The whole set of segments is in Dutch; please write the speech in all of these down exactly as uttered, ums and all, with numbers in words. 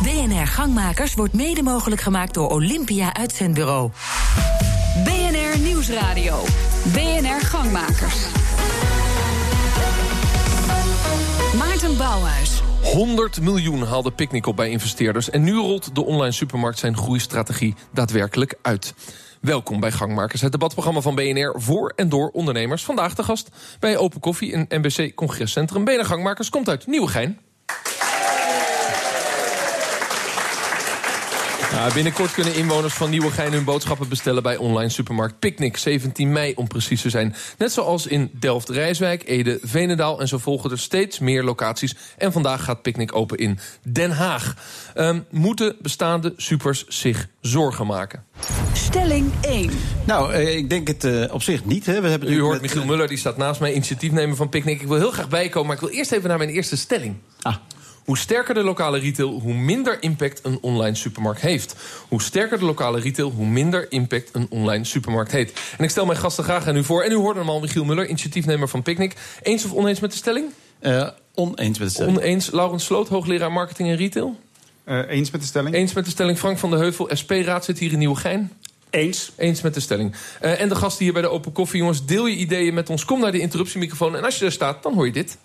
B N R Gangmakers wordt mede mogelijk gemaakt door Olympia Uitzendbureau. B N R Nieuwsradio. B N R Gangmakers. Maarten Bouwhuis. honderd miljoen haalde Picnic op bij investeerders. En nu rolt de online supermarkt zijn groeistrategie daadwerkelijk uit. Welkom bij Gangmakers, het debatprogramma van B N R voor en door ondernemers. Vandaag de gast bij Open Koffie in N B C Congrescentrum. B N R Gangmakers komt uit Nieuwegein. Ja, binnenkort kunnen inwoners van Nieuwegein hun boodschappen bestellen bij online supermarkt Picnic. zeventien mei om precies te zijn. Net zoals in Delft, Rijswijk, Ede, Veenendaal en zo volgen er steeds meer locaties. En vandaag gaat Picnic open in Den Haag. Um, moeten bestaande supers zich zorgen maken? Stelling één. Nou, eh, ik denk het uh, op zich niet. Hè. We hebben U hoort met, Michiel Muller, die staat naast mij, initiatiefnemer van Picnic. Ik wil heel graag bijkomen, maar ik wil eerst even naar mijn eerste stelling. Ah. Hoe sterker de lokale retail, hoe minder impact een online supermarkt heeft. Hoe sterker de lokale retail, hoe minder impact een online supermarkt heeft. En ik stel mijn gasten graag aan u voor. En u hoorde hem al, Michiel Muller, initiatiefnemer van Picnic. Eens of oneens met de stelling? Uh, oneens met de stelling. Oneens. Laurens Sloot, hoogleraar marketing en retail. Uh, eens met de stelling. Eens met de stelling. Frank van der Heuvel, S P-raad, zit hier in Nieuwegein. Eens. Eens met de stelling. Uh, en de gasten hier bij de Open Koffie, jongens, deel je ideeën met ons. Kom naar de interruptiemicrofoon. En als je daar staat, dan hoor je dit.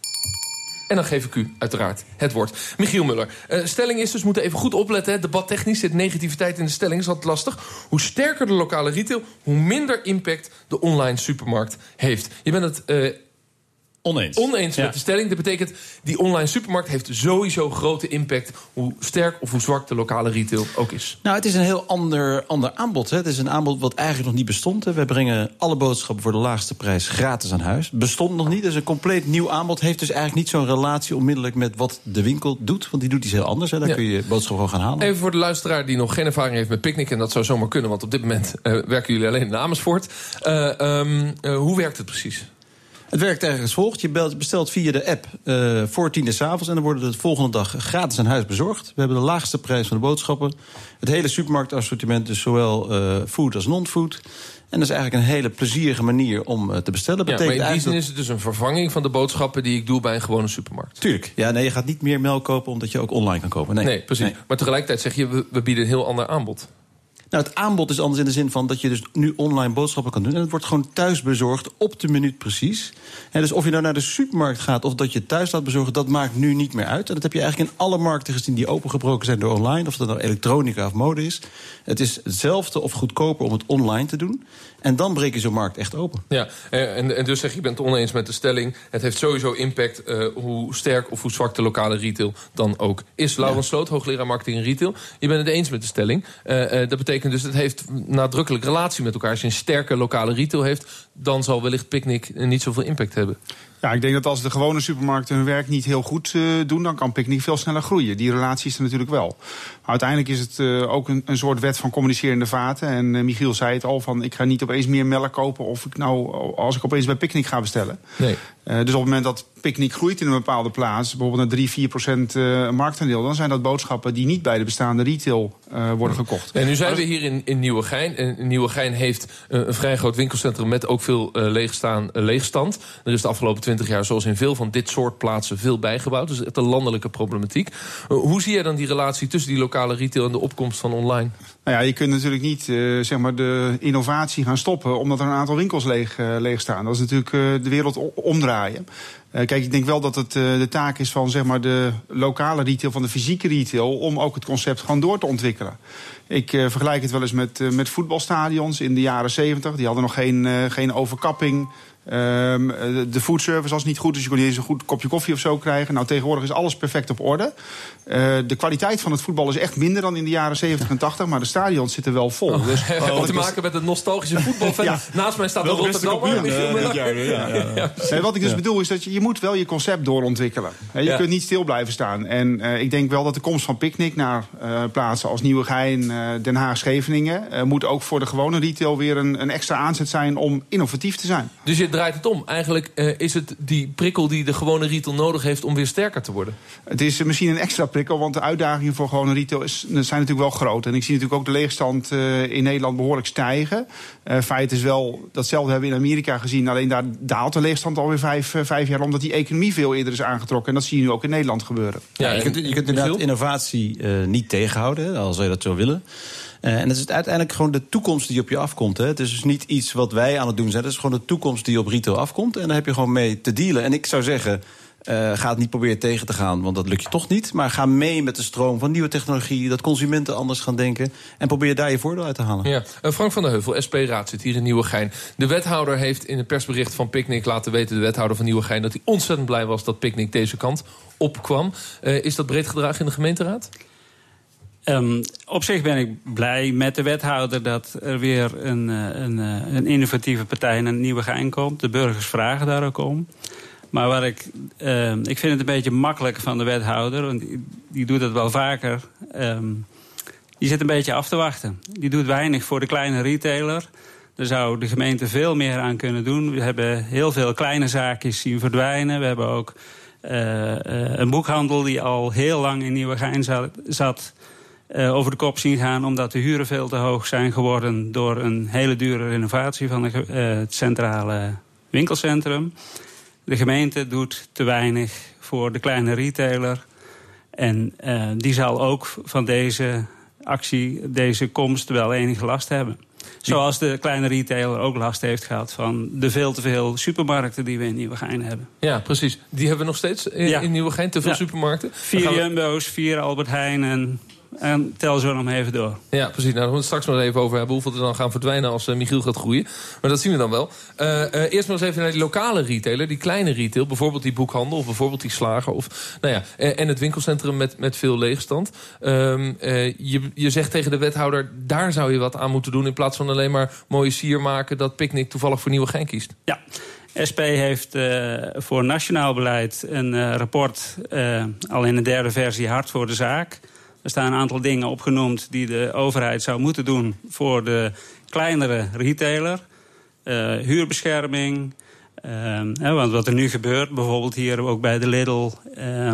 En dan geef ik u uiteraard het woord. Michiel Muller. Uh, stelling is dus, we moeten even goed opletten. Hè. Debattechnisch zit negativiteit in de stelling. Is altijd lastig. Hoe sterker de lokale retail, hoe minder impact de online supermarkt heeft. Je bent het uh, oneens, oneens ja. met de stelling. Dat betekent, die online supermarkt heeft sowieso grote impact. Hoe sterk of hoe zwak de lokale retail ook is. Nou, het is een heel ander, ander aanbod. Hè. Het is een aanbod wat eigenlijk nog niet bestond. Hè. We brengen alle boodschappen voor de laagste prijs gratis aan huis. Bestond nog niet. Het is een compleet nieuw aanbod. Heeft dus eigenlijk niet zo'n relatie onmiddellijk met wat de winkel doet. Want die doet iets heel anders. Hè. Daar ja. kun je boodschappen gewoon gaan halen. Even voor de luisteraar die nog geen ervaring heeft met Picnic. En dat zou zomaar kunnen, want op dit moment uh, werken jullie alleen in Amersfoort. Uh, um, uh, hoe werkt het precies? Het werkt eigenlijk als volgt. Je bestelt via de app uh, voor tien uur 's avonds en dan worden het de volgende dag gratis aan huis bezorgd. We hebben de laagste prijs van de boodschappen. Het hele supermarktassortiment, dus zowel uh, food als non-food. En dat is eigenlijk een hele plezierige manier om uh, te bestellen. Ja, maar in die zin is het dus een vervanging van de boodschappen die ik doe bij een gewone supermarkt. Tuurlijk. Ja, nee, je gaat niet meer melk kopen omdat je ook online kan kopen. Nee, nee precies. Nee. Maar tegelijkertijd zeg je, we, we bieden een heel ander aanbod. Nou, het aanbod is anders in de zin van dat je dus nu online boodschappen kan doen. En het wordt gewoon thuis bezorgd op de minuut precies. En dus of je nou naar de supermarkt gaat of dat je thuis laat bezorgen, dat maakt nu niet meer uit. En dat heb je eigenlijk in alle markten gezien die opengebroken zijn door online. Of dat nou elektronica of mode is. Het is hetzelfde of goedkoper om het online te doen. En dan breek je zo'n markt echt open. Ja, en, en dus zeg je, je bent het oneens met de stelling. Het heeft sowieso impact uh, hoe sterk of hoe zwak de lokale retail dan ook is. Laurens Sloot, hoogleraar marketing en retail. Je bent het eens met de stelling. Uh, uh, dat betekent dus, het heeft nadrukkelijk relatie met elkaar. Als je een sterke lokale retail heeft, dan zal wellicht Picnic niet zoveel impact hebben. Ja, ik denk dat als de gewone supermarkten hun werk niet heel goed uh, doen, dan kan Picnic veel sneller groeien. Die relatie is er natuurlijk wel. Maar uiteindelijk is het uh, ook een, een soort wet van communicerende vaten. En uh, Michiel zei het al, van ik ga niet opeens meer melk kopen of ik nou, als ik opeens bij Picnic ga bestellen. Nee. Uh, dus op het moment dat Picnic groeit in een bepaalde plaats, bijvoorbeeld naar drie, vier procent uh, marktaandeel, dan zijn dat boodschappen die niet bij de bestaande retail uh, worden gekocht. En nu zijn we hier in, in Nieuwegein. En Nieuwegein heeft uh, een vrij groot winkelcentrum met ook veel uh, leegstaan, uh, leegstand. Er is de afgelopen twintig jaar, zoals in veel van dit soort plaatsen, veel bijgebouwd. Dus echt een landelijke problematiek. Uh, hoe zie je dan die relatie tussen die lokale retail en de opkomst van online? Nou ja, je kunt natuurlijk niet uh, zeg maar de innovatie gaan stoppen omdat er een aantal winkels leeg, uh, leeg staan. Dat is natuurlijk uh, de wereld omdraaien. Uh, kijk, ik denk wel dat het uh, de taak is van zeg maar de lokale retail, van de fysieke retail, om ook het concept gewoon door te ontwikkelen. Ik uh, vergelijk het wel eens met, uh, met voetbalstadions in de jaren zeventig. Die hadden nog geen, uh, geen overkapping. Um, de foodservice was niet goed, dus je kon niet eens een goed kopje koffie of zo krijgen. Nou, tegenwoordig is alles perfect op orde. Uh, de kwaliteit van het voetbal is echt minder dan in de jaren zeventig en tachtig, maar de stadions zitten wel vol. Oh, dus, heb je te maken met een nostalgische voetbalfan? Ja. Naast mij staat de Rotterdam. Ja, ja, ja, ja, ja. Nee, wat ik dus ja. bedoel is dat je, je moet wel je concept doorontwikkelen. Je ja. kunt niet stil blijven staan. En uh, ik denk wel dat de komst van Picnic naar uh, plaatsen als Nieuwegein, uh, Den Haag, Scheveningen, uh, moet ook voor de gewone retail weer een, een extra aanzet zijn om innovatief te zijn. Dus je je draait het om. Eigenlijk uh, is het die prikkel die de gewone retail nodig heeft om weer sterker te worden. Het is misschien een extra prikkel, want de uitdagingen voor gewone retail is, zijn natuurlijk wel groot. En ik zie natuurlijk ook de leegstand uh, in Nederland behoorlijk stijgen. Uh, feit is wel, datzelfde hebben we in Amerika gezien. Alleen daar daalt de leegstand alweer vijf, uh, vijf jaar, omdat die economie veel eerder is aangetrokken. En dat zie je nu ook in Nederland gebeuren. Ja, ja, je, kunt, je kunt inderdaad innovatie uh, niet tegenhouden, al zou je dat zo willen. Uh, en het is uiteindelijk gewoon de toekomst die op je afkomt. Hè. Het is dus niet iets wat wij aan het doen zijn. Het is gewoon de toekomst die op retail afkomt. En daar heb je gewoon mee te dealen. En ik zou zeggen, uh, ga het niet proberen tegen te gaan, want dat lukt je toch niet. Maar ga mee met de stroom van nieuwe technologie, dat consumenten anders gaan denken. En probeer daar je voordeel uit te halen. Ja. Uh, Frank van der Heuvel, S P-raad, zit hier in Nieuwegein. De wethouder heeft in het persbericht van Picnic laten weten, de wethouder van Nieuwegein, dat hij ontzettend blij was dat Picnic deze kant opkwam. Uh, is dat breed gedragen in de gemeenteraad? Um, op zich ben ik blij met de wethouder dat er weer een, een, een innovatieve partij naar Nieuwegein komt. De burgers vragen daar ook om. Maar wat ik, uh, ik vind het een beetje makkelijk van de wethouder, want die, die doet het wel vaker. Um, die zit een beetje af te wachten. Die doet weinig voor de kleine retailer. Daar zou de gemeente veel meer aan kunnen doen. We hebben heel veel kleine zaakjes zien verdwijnen. We hebben ook uh, uh, een boekhandel die al heel lang in Nieuwegein zat... zat Uh, over de kop zien gaan omdat de huren veel te hoog zijn geworden door een hele dure renovatie van de, uh, het centrale winkelcentrum. De gemeente doet te weinig voor de kleine retailer. En uh, die zal ook van deze actie, deze komst wel enige last hebben. Zoals de kleine retailer ook last heeft gehad van de veel te veel supermarkten die we in Nieuwegein hebben. Ja, precies. Die hebben we nog steeds in, ja. in Nieuwegein, te veel ja. supermarkten. Vier we... Jumbo's, vier Albert Heijn en... En tel zo nog even door. Ja, precies. Nou, daar moeten we het straks nog even over hebben hoeveel er dan gaan verdwijnen als uh, Michiel gaat groeien. Maar dat zien we dan wel. Uh, uh, eerst maar eens even naar die lokale retailer, die kleine retail. Bijvoorbeeld die boekhandel of bijvoorbeeld die slager. Of, nou ja, uh, en het winkelcentrum met, met veel leegstand. Um, uh, je, je zegt tegen de wethouder, daar zou je wat aan moeten doen in plaats van alleen maar mooie sier maken dat Picnic toevallig voor Nieuwegein kiest. Ja. S P heeft uh, voor nationaal beleid een uh, rapport, uh, al in de derde versie, Hart voor de Zaak. Er staan een aantal dingen opgenoemd die de overheid zou moeten doen voor de kleinere retailer. Uh, huurbescherming. Uh, hè, want wat er nu gebeurt, bijvoorbeeld hier ook bij de Lidl, uh,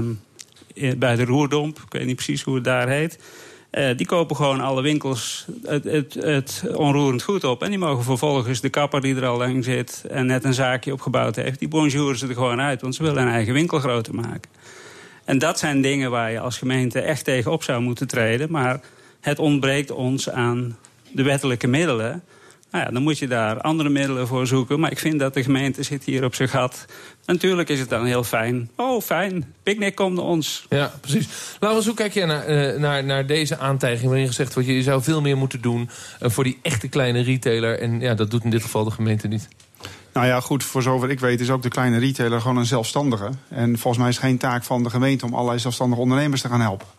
bij de Roerdomp, ik weet niet precies hoe het daar heet. Uh, die kopen gewoon alle winkels het, het, het onroerend goed op. En die mogen vervolgens de kapper die er al lang zit en net een zaakje opgebouwd heeft, die bonjouren ze er gewoon uit, want ze willen een eigen winkel groter maken. En dat zijn dingen waar je als gemeente echt tegen op zou moeten treden. Maar het ontbreekt ons aan de wettelijke middelen. Nou ja, dan moet je daar andere middelen voor zoeken. Maar ik vind dat de gemeente zit hier op zijn gat. Natuurlijk is het dan heel fijn. Oh, fijn. Picnic komt naar ons. Ja, precies. Laurens, hoe kijk jij naar, uh, naar, naar deze aantijging waarin gezegd wordt, je zou veel meer moeten doen uh, voor die echte kleine retailer. En ja, dat doet in dit geval de gemeente niet. Nou ja, goed, voor zover ik weet is ook de kleine retailer gewoon een zelfstandige. En volgens mij is het geen taak van de gemeente om allerlei zelfstandige ondernemers te gaan helpen.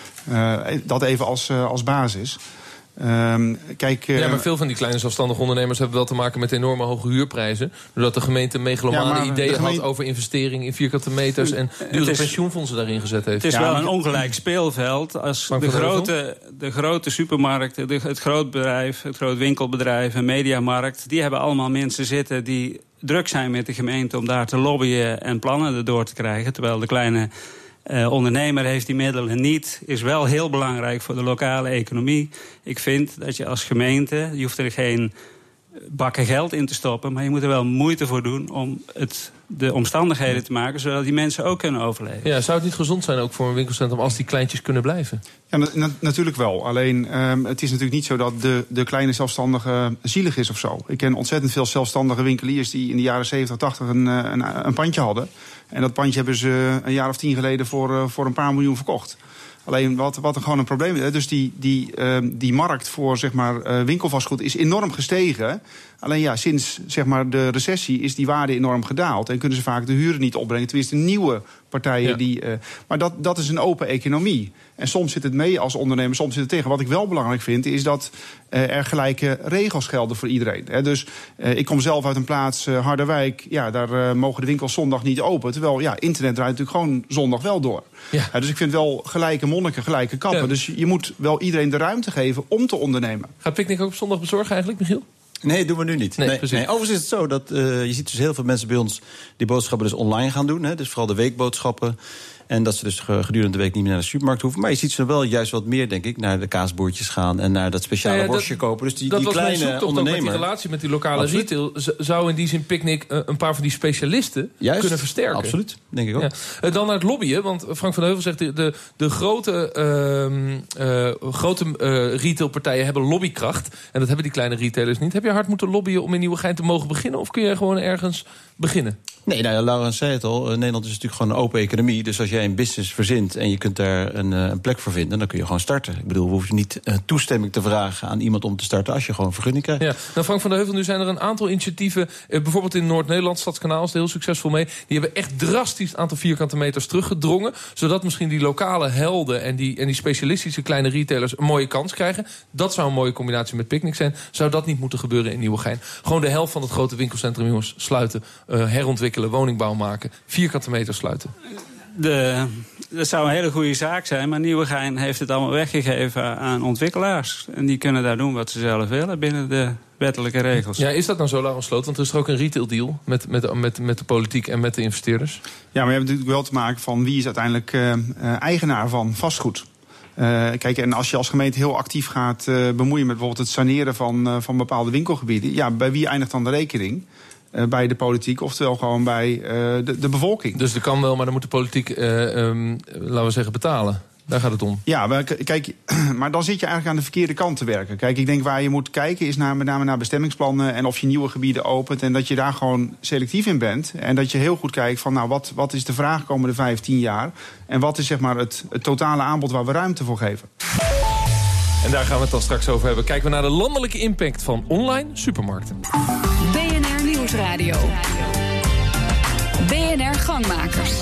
Uh, dat even als, uh, als basis. Um, kijk, uh, ja, maar veel van die kleine zelfstandige ondernemers hebben wel te maken met enorme hoge huurprijzen. Doordat de gemeente megalomane ja, ideeën gemeente... had over investering in vierkante meters en dure is... pensioenfondsen daarin gezet heeft. Het is ja, wel een ongelijk speelveld. Als de grote, de grote supermarkten, de, het grootbedrijf, het groot winkelbedrijf en mediamarkt, die hebben allemaal mensen zitten die druk zijn met de gemeente om daar te lobbyen en plannen erdoor te krijgen. Terwijl de kleine Uh, ondernemer heeft die middelen niet. Is wel heel belangrijk voor de lokale economie. Ik vind dat je als gemeente, je hoeft er geen bakken geld in te stoppen, maar je moet er wel moeite voor doen om het, de omstandigheden te maken, zodat die mensen ook kunnen overleven. Ja, zou het niet gezond zijn ook voor een winkelcentrum als die kleintjes kunnen blijven? Ja, na- natuurlijk wel. Alleen, um, het is natuurlijk niet zo dat de, de kleine zelfstandige zielig is of zo. Ik ken ontzettend veel zelfstandige winkeliers die in de jaren zeventig, tachtig een, een, een pandje hadden. En dat pandje hebben ze een jaar of tien geleden voor, uh, voor een paar miljoen verkocht. Alleen wat, wat er gewoon een probleem is. Dus die, die, uh, die markt voor zeg maar, uh, winkelvastgoed is enorm gestegen. Alleen ja, sinds zeg maar, de recessie is die waarde enorm gedaald. En kunnen ze vaak de huren niet opbrengen. Tenminste, nieuwe partijen. Ja. Die, uh, maar dat, dat is een open economie. En soms zit het mee als ondernemer, soms zit het tegen. Wat ik wel belangrijk vind, is dat uh, er gelijke regels gelden voor iedereen. He, dus uh, ik kom zelf uit een plaats, uh, Harderwijk. Ja, daar uh, mogen de winkels zondag niet open. Terwijl ja, internet draait natuurlijk gewoon zondag wel door. Ja. Uh, dus ik vind wel gelijke monniken, gelijke kappen. Ja. Dus je moet wel iedereen de ruimte geven om te ondernemen. Gaat Picnic ook op zondag bezorgen eigenlijk, Michiel? Nee, doen we nu niet. Nee, Nee, precies. nee. Overigens is het zo dat uh, je ziet dus heel veel mensen bij ons die boodschappen dus online gaan doen. Hè, dus vooral de weekboodschappen. En dat ze dus gedurende de week niet meer naar de supermarkt hoeven. Maar je ziet ze wel juist wat meer, denk ik, naar de kaasboertjes gaan en naar dat speciale ja, ja, worstje dat, kopen. Dus die, dat die was kleine mijn zoektocht ondernemer. Ook met die relatie met die lokale Absoluut. retail zou in die zin Picnic uh, een paar van die specialisten juist, kunnen versterken. Absoluut, denk ik ook. Ja. Uh, dan naar het lobbyen, want Frank van de Heuvel zegt de, de, de grote, uh, uh, grote uh, retailpartijen hebben lobbykracht. En dat hebben die kleine retailers niet. Heb je hard moeten lobbyen om in Nieuwegein te mogen beginnen? Of kun je gewoon ergens beginnen? Nee, nou ja, Laurens zei het al. Nederland is natuurlijk gewoon een open economie. Dus als jij een business verzint en je kunt daar een, een plek voor vinden, dan kun je gewoon starten. Ik bedoel, we hoeven niet uh, toestemming te vragen aan iemand om te starten als je gewoon een vergunning krijgt. Ja. Nou, Frank van de Heuvel, nu zijn er een aantal initiatieven, uh, bijvoorbeeld in Noord-Nederland, Stadskanaal is er heel succesvol mee. Die hebben echt drastisch het aantal vierkante meters teruggedrongen, zodat misschien die lokale helden en die, en die specialistische kleine retailers een mooie kans krijgen. Dat zou een mooie combinatie met Picnic zijn. Zou dat niet moeten gebeuren in Nieuwegein? Gewoon de helft van het grote winkelcentrum, jongens, sluiten, uh, herontwikkelen, woningbouw maken, vierkante meters sluiten. De, dat zou een hele goede zaak zijn, maar Nieuwegein heeft het allemaal weggegeven aan ontwikkelaars. En die kunnen daar doen wat ze zelf willen binnen de wettelijke regels. Ja, is dat nou zo, Laurens Sloot? Want er is er ook een retaildeal met, met, met, met de politiek en met de investeerders. Ja, maar je hebt natuurlijk wel te maken van wie is uiteindelijk uh, eigenaar van vastgoed. Uh, kijk, en als je als gemeente heel actief gaat uh, bemoeien met bijvoorbeeld het saneren van, uh, van bepaalde winkelgebieden, ja, bij wie eindigt dan de rekening? Uh, bij de politiek, oftewel gewoon bij uh, de, de bevolking. Dus dat kan wel, maar dan moet de politiek, uh, um, laten we zeggen, betalen. Daar gaat het om. Ja, maar, kijk, maar dan zit je eigenlijk aan de verkeerde kant te werken. Kijk, ik denk waar je moet kijken is naar, met name naar bestemmingsplannen en of je nieuwe gebieden opent en dat je daar gewoon selectief in bent. En dat je heel goed kijkt van, nou, wat, wat is de vraag komende vijftien jaar? En wat is zeg maar het, het totale aanbod waar we ruimte voor geven? En daar gaan we het dan straks over hebben. Kijken we naar de landelijke impact van online supermarkten. B N R Nieuwsradio. B N R Gangmakers.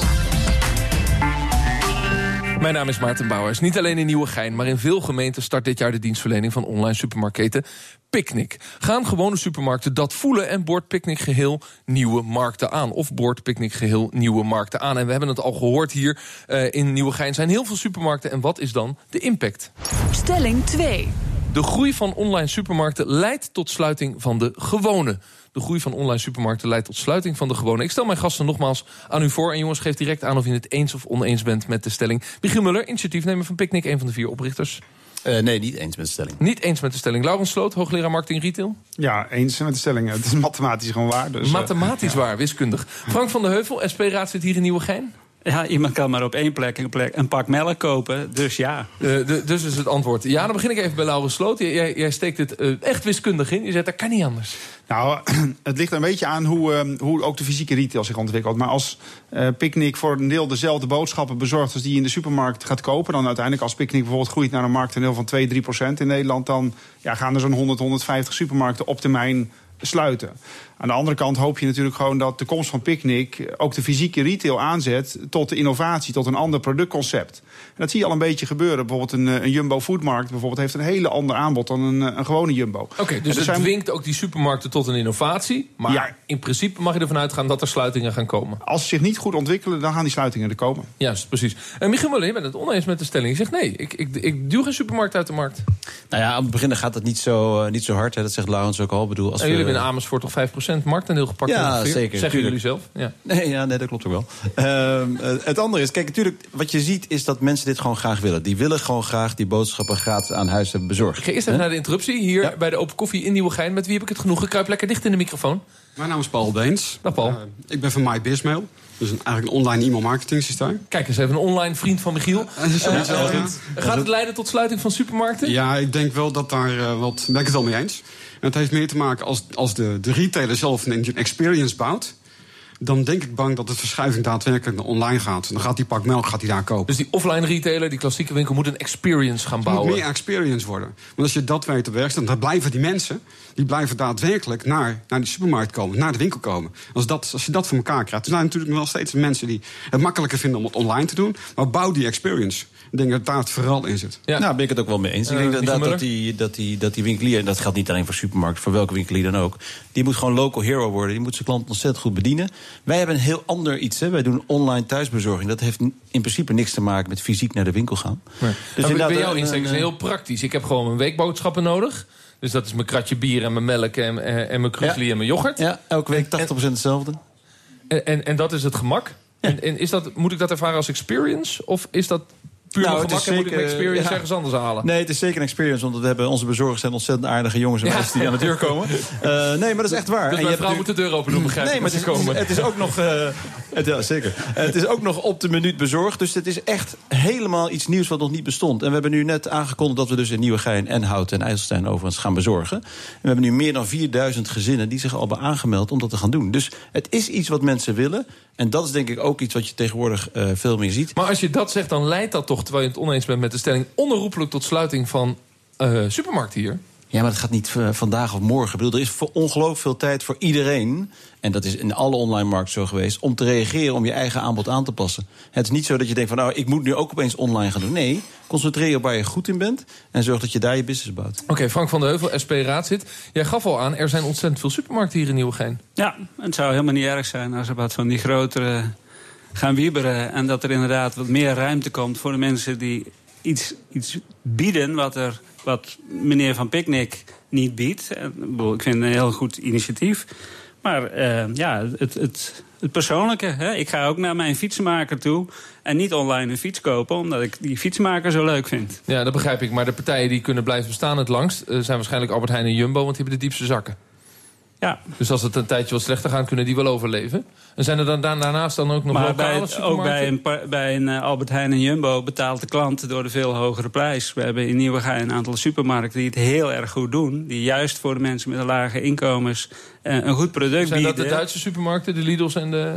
Mijn naam is Maarten Bouwers. Niet alleen in Nieuwegein, maar in veel gemeenten start dit jaar de dienstverlening van online supermarketen Picnic. Gaan gewone supermarkten dat voelen en boort Picnic geheel nieuwe markten aan? Of boort Picnic geheel nieuwe markten aan? En we hebben het al gehoord hier uh, in Nieuwegein. Zijn heel veel supermarkten en wat is dan de impact? Stelling twee. De groei van online supermarkten leidt tot sluiting van de gewone. De groei van online supermarkten leidt tot sluiting van de gewone. Ik stel mijn gasten nogmaals aan u voor. En jongens, geef direct aan of je het eens of oneens bent met de stelling. Michiel Muller, initiatiefnemer van Picnic, een van de vier oprichters. Uh, nee, niet eens met de stelling. Niet eens met de stelling. Laurens Sloot, hoogleraar marketing retail. Ja, eens met de stelling. Het is mathematisch gewoon waar. Dus, mathematisch uh, ja. waar, wiskundig. Frank van de Heuvel, S P-raadslid hier in Nieuwegein. Ja, iemand kan maar op één plek een, plek, een pak melk kopen, dus ja. Uh, de, dus is het antwoord. Ja, dan begin ik even bij Laurens Sloot. Jij, jij steekt het uh, echt wiskundig in. Je zegt, dat kan niet anders. Nou, het ligt er een beetje aan hoe, um, hoe ook de fysieke retail zich ontwikkelt. Maar als uh, Picnic voor een deel dezelfde boodschappen bezorgt als die je in de supermarkt gaat kopen, dan uiteindelijk als Picnic bijvoorbeeld groeit naar een marktaandeel van twee, drie procent in Nederland, dan ja, gaan er zo'n honderd, honderdvijftig supermarkten op termijn sluiten. Aan de andere kant hoop je natuurlijk gewoon dat de komst van Picnic ook de fysieke retail aanzet tot de innovatie, tot een ander productconcept. En dat zie je al een beetje gebeuren. Bijvoorbeeld een, een Jumbo Foodmarkt bijvoorbeeld heeft een hele ander aanbod dan een, een gewone Jumbo. Oké, okay, dus het zijn... dwingt ook die supermarkten tot een innovatie. Maar ja, in principe mag je ervan uitgaan dat er sluitingen gaan komen. Als ze zich niet goed ontwikkelen, dan gaan die sluitingen er komen. Juist, precies. En Michiel Muller, je bent het oneens met de stelling. Je zegt nee, ik, ik, ik duw geen supermarkt uit de markt. Nou ja, aan het begin gaat dat niet zo, uh, niet zo hard. Hè. Dat zegt Laurens ook al. Ik bedoel, als en jullie we... hebben in Amersfoort toch vijf procent marktaandeel gepakt? Ja, zeker. Zeggen jullie zelf? Ja. Nee, ja, nee, dat klopt ook wel. Uh, het andere is, kijk, natuurlijk, wat je ziet is dat mensen dit gewoon graag willen. Die willen gewoon graag die boodschappen gratis aan huis hebben bezorgd. Ik ga eerst even huh? naar de interruptie. Hier ja. bij de Open Koffie in Nieuwegein. Met wie heb ik het genoegen? Kruip lekker dicht in de microfoon. Mijn naam is Paul Deens. Dag Paul. Uh, ik ben van MyBizmail. Dus een, eigenlijk een online e-mail marketing systeem. Kijk eens even, een online vriend van Michiel. Uh, uh, uh, gaat het leiden tot sluiting van supermarkten? Ja, ik denk wel dat daar uh, wat... Daar ben ik het wel mee eens. En het heeft meer te maken als, als de, de retailer zelf een experience bouwt. Dan denk ik bang dat de verschuiving daadwerkelijk naar online gaat. Dan gaat die pak melk gaat die daar kopen. Dus die offline retailer, die klassieke winkel, moet een experience gaan bouwen. Het moet meer experience worden. Want als je dat weet te werk, dan blijven die mensen... die blijven daadwerkelijk naar, naar die supermarkt komen, naar de winkel komen. Als, dat, als je dat voor elkaar krijgt. Er zijn natuurlijk wel steeds mensen die het makkelijker vinden om het online te doen. Maar bouw die experience. Ik denk dat daar het vooral in zit. Ja, nou ben ik het ook wel mee eens. Uh, ik denk dat, dat, die, dat, die, dat die winkelier, en dat geldt niet alleen voor supermarkten, voor welke winkelier dan ook, die moet gewoon local hero worden. Die moet zijn klant ontzettend goed bedienen. Wij hebben een heel ander iets. Hè. Wij doen online thuisbezorging. Dat heeft in principe niks te maken met fysiek naar de winkel gaan. Nee. Dus nou, bij jou insteek is heel praktisch. Ik heb gewoon mijn weekboodschappen nodig. Dus dat is mijn kratje bier en mijn melk en, en, en mijn krugli ja. en mijn yoghurt. Ja, elke week tachtig procent hetzelfde. En, en, en dat is het gemak. Ja. En, en is dat, moet ik dat ervaren als experience? Of is dat puur nou, gemak en moet ik een experience ja. ergens anders halen? Nee, het is zeker een experience. Want we hebben, onze bezorgers zijn ontzettend aardige jongens en meisjes ja. die aan de deur komen. Uh, nee, maar dat is echt waar. Dus en mijn vrouw moet de deur open doen, begrijp ik. Nee, maar het is, komen. het is ook nog... Uh, het, ja, zeker. Het is ook nog op de minuut bezorgd. Dus het is echt helemaal iets nieuws wat nog niet bestond. En we hebben nu net aangekondigd dat we dus in Nieuwegein en Houten en IJsselstein overigens gaan bezorgen. En we hebben nu meer dan vierduizend gezinnen die zich al hebben aangemeld om dat te gaan doen. Dus het is iets wat mensen willen. En dat is denk ik ook iets wat je tegenwoordig uh, veel meer ziet. Maar als je dat zegt, dan leidt dat toch, terwijl je het oneens bent met de stelling, onherroepelijk tot sluiting van uh, supermarkten hier? Ja, maar dat gaat niet uh, vandaag of morgen. Ik bedoel, er is voor ongelooflijk veel tijd voor iedereen, en dat is in alle online markten zo geweest, om te reageren, om je eigen aanbod aan te passen. Het is niet zo dat je denkt van, nou, ik moet nu ook opeens online gaan doen. Nee, concentreer je op waar je goed in bent en zorg dat je daar je business bouwt. Oké, okay, Frank van der Heuvel, S P-raadslid. Jij gaf al aan, er zijn ontzettend veel supermarkten hier in Nieuwegein. Ja, het zou helemaal niet erg zijn als er wat van die grotere gaan wieberen en dat er inderdaad wat meer ruimte komt voor de mensen die iets, iets bieden wat, er, wat meneer Van Picnic niet biedt. Ik vind het een heel goed initiatief. Maar uh, ja, het, het, het persoonlijke. Hè? Ik ga ook naar mijn fietsenmaker toe en niet online een fiets kopen, omdat ik die fietsmaker zo leuk vind. Ja, dat begrijp ik. Maar de partijen die kunnen blijven bestaan het langst uh, zijn waarschijnlijk Albert Heijn en Jumbo, want die hebben de diepste zakken. Ja. Dus als het een tijdje wat slechter gaat, kunnen die wel overleven. En zijn er dan daarnaast dan ook nog maar lokale bij, supermarkten? ook bij een, bij een uh, Albert Heijn en Jumbo betaalt de klant door de veel hogere prijs. We hebben in Nieuwegein een aantal supermarkten die het heel erg goed doen. Die juist voor de mensen met een lage inkomens uh, een goed product zijn bieden. Zijn dat de Duitse supermarkten, de Lidl's en de...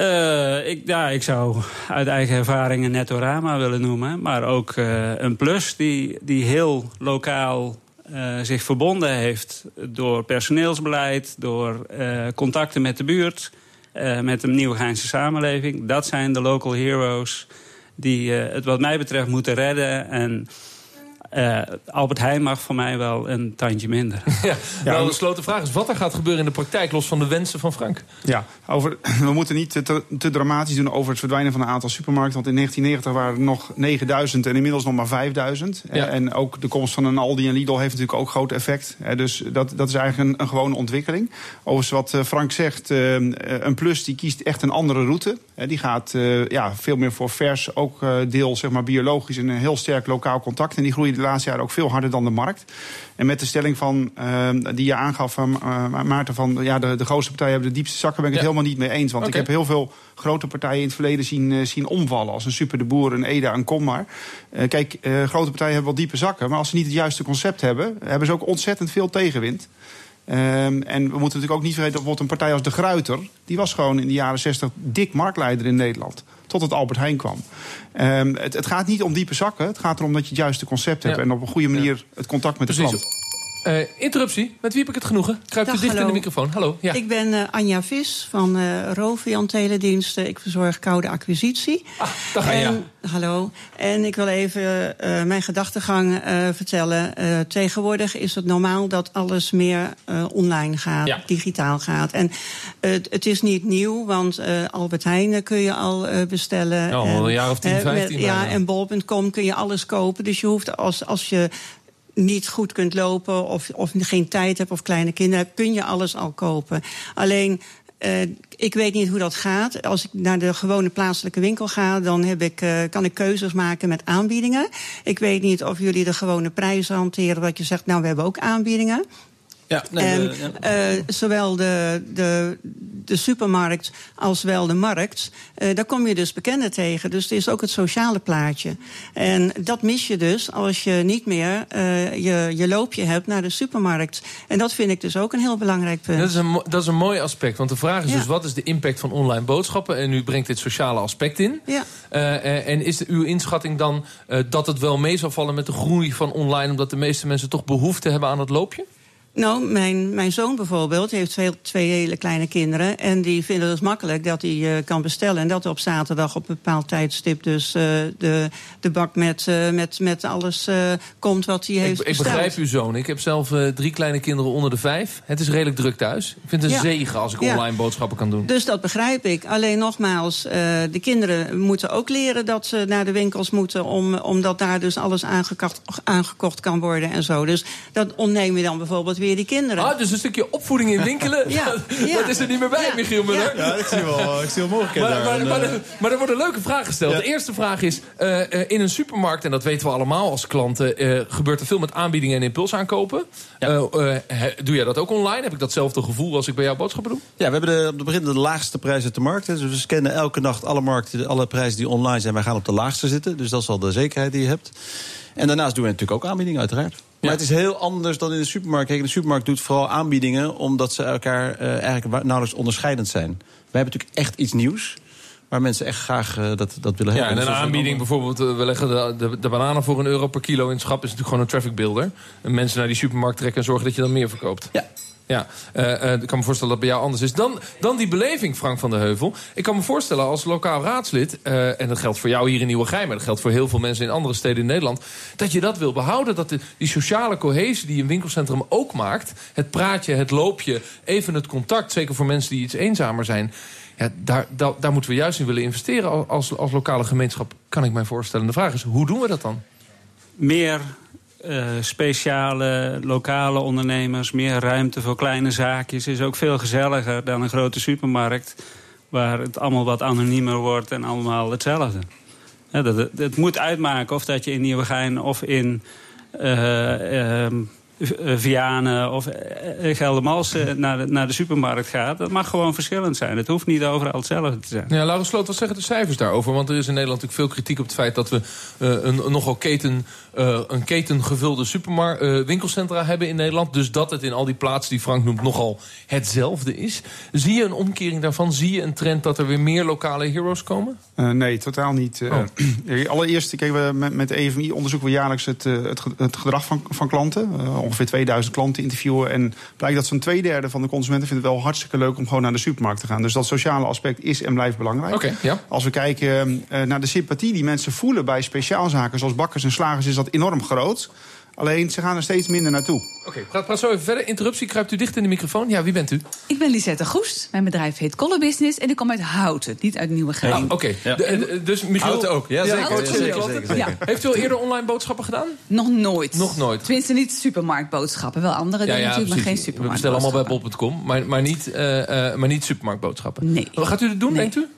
Uh, ik, ja, ik zou uit eigen ervaring een Nettorama willen noemen. Maar ook uh, een Plus die, die heel lokaal Uh, zich verbonden heeft door personeelsbeleid, door uh, contacten met de buurt, uh, met de Nieuwegeinse samenleving. Dat zijn de local heroes die uh, het wat mij betreft moeten redden. En uh, Albert Heijn mag voor mij wel een tandje minder. Ja, ja, wel de gesloten vraag is wat er gaat gebeuren in de praktijk, los van de wensen van Frank. Ja, over, we moeten niet te, te dramatisch doen over het verdwijnen van een aantal supermarkten. Want in negentien negentig waren er nog negenduizend en inmiddels nog maar vijfduizend. Ja. En ook de komst van een Aldi en Lidl heeft natuurlijk ook groot effect. Dus dat, dat is eigenlijk een, een gewone ontwikkeling. Overigens wat Frank zegt, een Plus die kiest echt een andere route. Die gaat ja, veel meer voor vers, ook deel zeg maar, biologisch en een heel sterk lokaal contact. En die groeien de laatste jaren ook veel harder dan de markt. En met de stelling van, uh, die je aangaf, uh, Maarten, van ja, de, de grootste partijen hebben de diepste zakken, ben ik ja. het helemaal niet mee eens. Want okay. ik heb heel veel grote partijen in het verleden zien, uh, zien omvallen. Als een Super de Boer, een Eda, een Commar. Uh, kijk, uh, grote partijen hebben wel diepe zakken, maar als ze niet het juiste concept hebben, hebben ze ook ontzettend veel tegenwind. Um, en we moeten natuurlijk ook niet vergeten dat bijvoorbeeld een partij als De Gruyter, die was gewoon in de jaren zestig dik marktleider in Nederland. Tot het Albert Heijn kwam. Um, het, het gaat niet om diepe zakken. Het gaat erom dat je het juiste concept hebt. Ja. En op een goede manier ja. het contact met Precies. de klant. Uh, interruptie. Met wie heb ik het genoegen? Kruipt u dicht hallo. in de microfoon. Hallo. Ja. Ik ben uh, Anja Vis van uh, Rovian Telediensten. Ik verzorg koude acquisitie. Ah, dag Anja. Hallo. En ik wil even uh, mijn gedachtegang uh, vertellen. Uh, tegenwoordig is het normaal dat alles meer uh, online gaat, ja. digitaal gaat. En uh, het is niet nieuw, want uh, Albert Heijn kun je al uh, bestellen. Ja, al en, een jaar of tien, vijftien. Met, ja, en bol punt com kun je alles kopen. Dus je hoeft als, als je niet goed kunt lopen of, of geen tijd hebt of kleine kinderen hebt, kun je alles al kopen. Alleen, uh, ik weet niet hoe dat gaat. Als ik naar de gewone plaatselijke winkel ga, dan heb ik, uh, kan ik keuzes maken met aanbiedingen. Ik weet niet of jullie de gewone prijzen hanteren, dat je zegt, nou, we hebben ook aanbiedingen. Ja, nee, en de, ja. uh, zowel de, de, de supermarkt als wel de markt, uh, daar kom je dus bekenden tegen. Dus het is ook het sociale plaatje. En dat mis je dus als je niet meer uh, je, je loopje hebt naar de supermarkt. En dat vind ik dus ook een heel belangrijk punt. Dat is een, dat is een mooi aspect. Want de vraag is ja. dus, wat is de impact van online boodschappen? En u brengt dit sociale aspect in. Ja. Uh, en is de, uw inschatting dan uh, dat het wel mee zal vallen met de groei van online, omdat de meeste mensen toch behoefte hebben aan het loopje? Nou, mijn, mijn zoon bijvoorbeeld heeft twee, twee hele kleine kinderen. En die vinden het makkelijk dat hij uh, kan bestellen. En dat er op zaterdag op een bepaald tijdstip dus uh, de, de bak met, uh, met, met alles uh, komt wat hij heeft ik, besteld. Ik begrijp uw zoon. Ik heb zelf uh, drie kleine kinderen onder de vijf. Het is redelijk druk thuis. Ik vind het een ja. zegen als ik ja. online boodschappen kan doen. Dus dat begrijp ik. Alleen nogmaals, uh, de kinderen moeten ook leren dat ze naar de winkels moeten, om, omdat daar dus alles aangekocht, aangekocht kan worden en zo. Dus dat ontneem je dan bijvoorbeeld weer die kinderen. Ah, dus een stukje opvoeding in winkelen, ja. dat, ja. dat is er niet meer bij, ja. Michiel Muller. Ja, ik zie wel, ik zie wel mogelijkheden. Maar, maar, maar, en, uh... maar, maar er wordt een leuke vraag gesteld. Ja. De eerste vraag is, uh, uh, in een supermarkt, en dat weten we allemaal als klanten, uh, gebeurt er veel met aanbiedingen en impuls aankopen. Ja. Uh, uh, he, doe jij dat ook online? Heb ik datzelfde gevoel als ik bij jou boodschappen doe? Ja, we hebben de, op het begin de laagste prijs uit de markt. Dus we scannen elke nacht alle markten, alle prijzen die online zijn. Wij gaan op de laagste zitten. Dus dat is al de zekerheid die je hebt. En daarnaast doen we natuurlijk ook aanbiedingen, uiteraard. Maar ja. het is heel anders dan in de supermarkt. Kijk, in de supermarkt doet vooral aanbiedingen omdat ze elkaar uh, eigenlijk nauwelijks onderscheidend zijn. Wij hebben natuurlijk echt iets nieuws waar mensen echt graag uh, dat, dat willen hebben. Ja, en een dus aanbieding een bijvoorbeeld, uh, we leggen de, de, de bananen voor een euro per kilo in het schap, is natuurlijk gewoon een traffic builder. En mensen naar die supermarkt trekken en zorgen dat je dan meer verkoopt. Ja. Ja, uh, uh, ik kan me voorstellen dat bij jou anders is. Dan, dan die beleving, Frank van der Heuvel. Ik kan me voorstellen als lokaal raadslid, uh, en dat geldt voor jou hier in Nieuwegein, maar dat geldt voor heel veel mensen in andere steden in Nederland, dat je dat wil behouden. Dat de, die sociale cohesie die een winkelcentrum ook maakt, het praatje, het loopje, even het contact, zeker voor mensen die iets eenzamer zijn. Ja, daar, daar, daar moeten we juist in willen investeren als, als lokale gemeenschap, kan ik mij voorstellen. De vraag is, hoe doen we dat dan? Meer uh, speciale lokale ondernemers, meer ruimte voor kleine zaakjes is ook veel gezelliger dan een grote supermarkt, waar het allemaal wat anoniemer wordt en allemaal hetzelfde. Ja, dat, het, het moet uitmaken of dat je in Nieuwegein of in Uh, uh, Vianen of Geldermalsen naar de, naar de supermarkt gaat. Dat mag gewoon verschillend zijn. Het hoeft niet overal hetzelfde te zijn. Ja, Laura Sloot, wat zeggen de cijfers daarover? Want er is in Nederland natuurlijk veel kritiek op het feit dat we uh, een, een nogal keten, uh, een ketengevulde supermarkt, uh, winkelcentra hebben in Nederland. Dus dat het in al die plaatsen die Frank noemt nogal hetzelfde is. Zie je een omkering daarvan? Zie je een trend dat er weer meer lokale heroes komen? Uh, nee, totaal niet. Uh, oh. Allereerst kijken we met, met de E F M I onderzoeken we jaarlijks het, uh, het, het gedrag van, van klanten. Uh, ongeveer tweeduizend klanten interviewen. En blijkt dat zo'n twee derde van de consumenten vindt het wel hartstikke leuk om gewoon naar de supermarkt te gaan. Dus dat sociale aspect is en blijft belangrijk. Okay, ja. Als we kijken uh, naar de sympathie die mensen voelen bij speciaalzaken zoals bakkers en slagers, is dat enorm groot. Alleen, ze gaan er steeds minder naartoe. Oké, okay, praat, praat zo even verder. Interruptie, kruipt u dicht in de microfoon. Ja, wie bent u? Ik ben Lisette Goest. Mijn bedrijf heet Color Business en ik kom uit Houten, niet uit Nieuwegein. Ah, Oké, okay. ja. dus Michiel Houten ook. Ja, zeker. Ja, ja, zeker, zeker, zeker, zeker. Ja. Heeft u al eerder online boodschappen gedaan? Nog nooit. Nog nooit. Tenminste niet supermarktboodschappen. Wel andere dingen ja, ja, natuurlijk, maar geen supermarktboodschappen. We bestellen allemaal bij bol punt com, maar, maar, niet, uh, uh, maar niet supermarktboodschappen. Nee. Wat gaat u dat doen, nee. denkt u?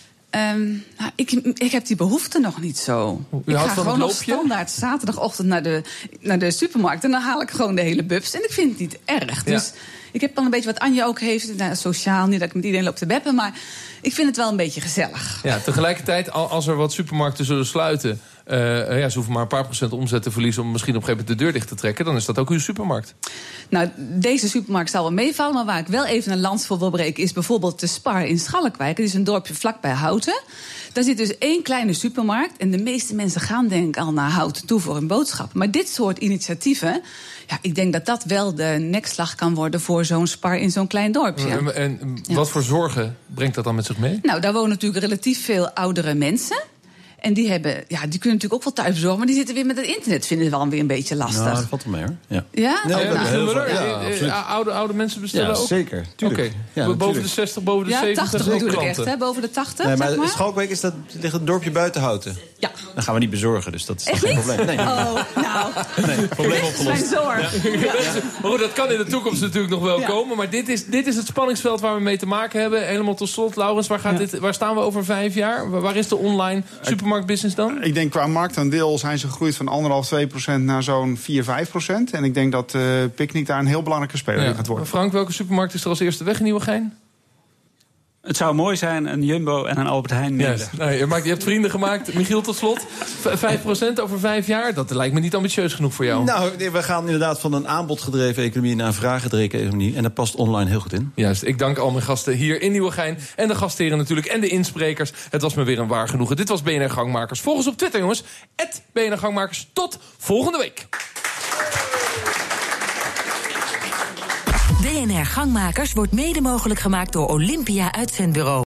Um, nou, ik, ik heb die behoefte nog niet zo. U ik houdt ga van gewoon het op standaard zaterdagochtend naar de, naar de supermarkt. En dan haal ik gewoon de hele bubs. En ik vind het niet erg. Dus ja. Ik heb dan een beetje wat Anja ook heeft. Nou, sociaal, niet dat ik met iedereen loop te beppen. Maar ik vind het wel een beetje gezellig. Ja, tegelijkertijd, als er wat supermarkten zullen sluiten, Uh, ja, ze hoeven maar een paar procent omzet te verliezen om misschien op een gegeven moment de deur dicht te trekken. Dan is dat ook uw supermarkt. Nou, deze supermarkt zal wel meevallen. Maar waar ik wel even een lans voor wil breken is bijvoorbeeld de Spar in Schalkwijk. Het is een dorpje vlakbij Houten. Daar zit dus één kleine supermarkt. En de meeste mensen gaan denk ik al naar Houten toe voor hun boodschap. Maar dit soort initiatieven, ja, ik denk dat dat wel de nekslag kan worden voor zo'n Spar in zo'n klein dorpje. En, en ja. Wat voor zorgen brengt dat dan met zich mee? Nou, daar wonen natuurlijk relatief veel oudere mensen. En die, hebben, ja, die kunnen natuurlijk ook wel thuis bezorgen, maar die zitten weer met het internet. Vinden het wel weer een beetje lastig. Nou, dat valt wel mee, hoor. Ja? Ja? Nee, oh, ja, nou. heel ja, ja, ja, oude, oude mensen bestellen ja, ook? Zeker. Tuurlijk. Okay. Ja, boven natuurlijk. de zestig, boven de ja, zeventig tachtig natuurlijk echt, hè? Boven de tachtig, nee, maar, zeg maar. Schalkwijk is dat, ligt een dorpje buiten Houten. Ja. Dan gaan we niet bezorgen, dus dat is echt geen niet? probleem. Nee. Oh, nou. Nee, probleem dit opgelost. is mijn zorg. Ja. Ja. Maar goed, dat kan in de toekomst natuurlijk nog wel ja. komen. Maar dit is, dit is het spanningsveld waar we mee te maken hebben. Helemaal tot slot, Laurens, waar, gaat ja. dit, waar staan we over vijf jaar? Waar is de online supermarktbusiness dan? Ik denk qua marktaandeel zijn ze gegroeid van anderhalf, twee procent naar zo'n vier, vijf procent. En ik denk dat uh, Picnic daar een heel belangrijke speler ja. in gaat worden. Frank, welke supermarkt is er als eerste weg in Nieuwegein? Het zou mooi zijn, een Jumbo en een Albert Heijn minder. Yes. Nee, je, maakt, je hebt vrienden gemaakt. Michiel, tot slot. vijf procent over vijf jaar, dat lijkt me niet ambitieus genoeg voor jou. Nou, we gaan inderdaad van een aanbodgedreven economie naar een vraaggedreven economie. En dat past online heel goed in. Juist, ik dank al mijn gasten hier in Nieuwegein. En de gastheren natuurlijk, en de insprekers. Het was me weer een waar genoegen. Dit was B N R Gangmakers. Volg ons op Twitter, jongens. at B N R Gangmakers. Tot volgende week. B N R Gangmakers wordt mede mogelijk gemaakt door Olympia Uitzendbureau.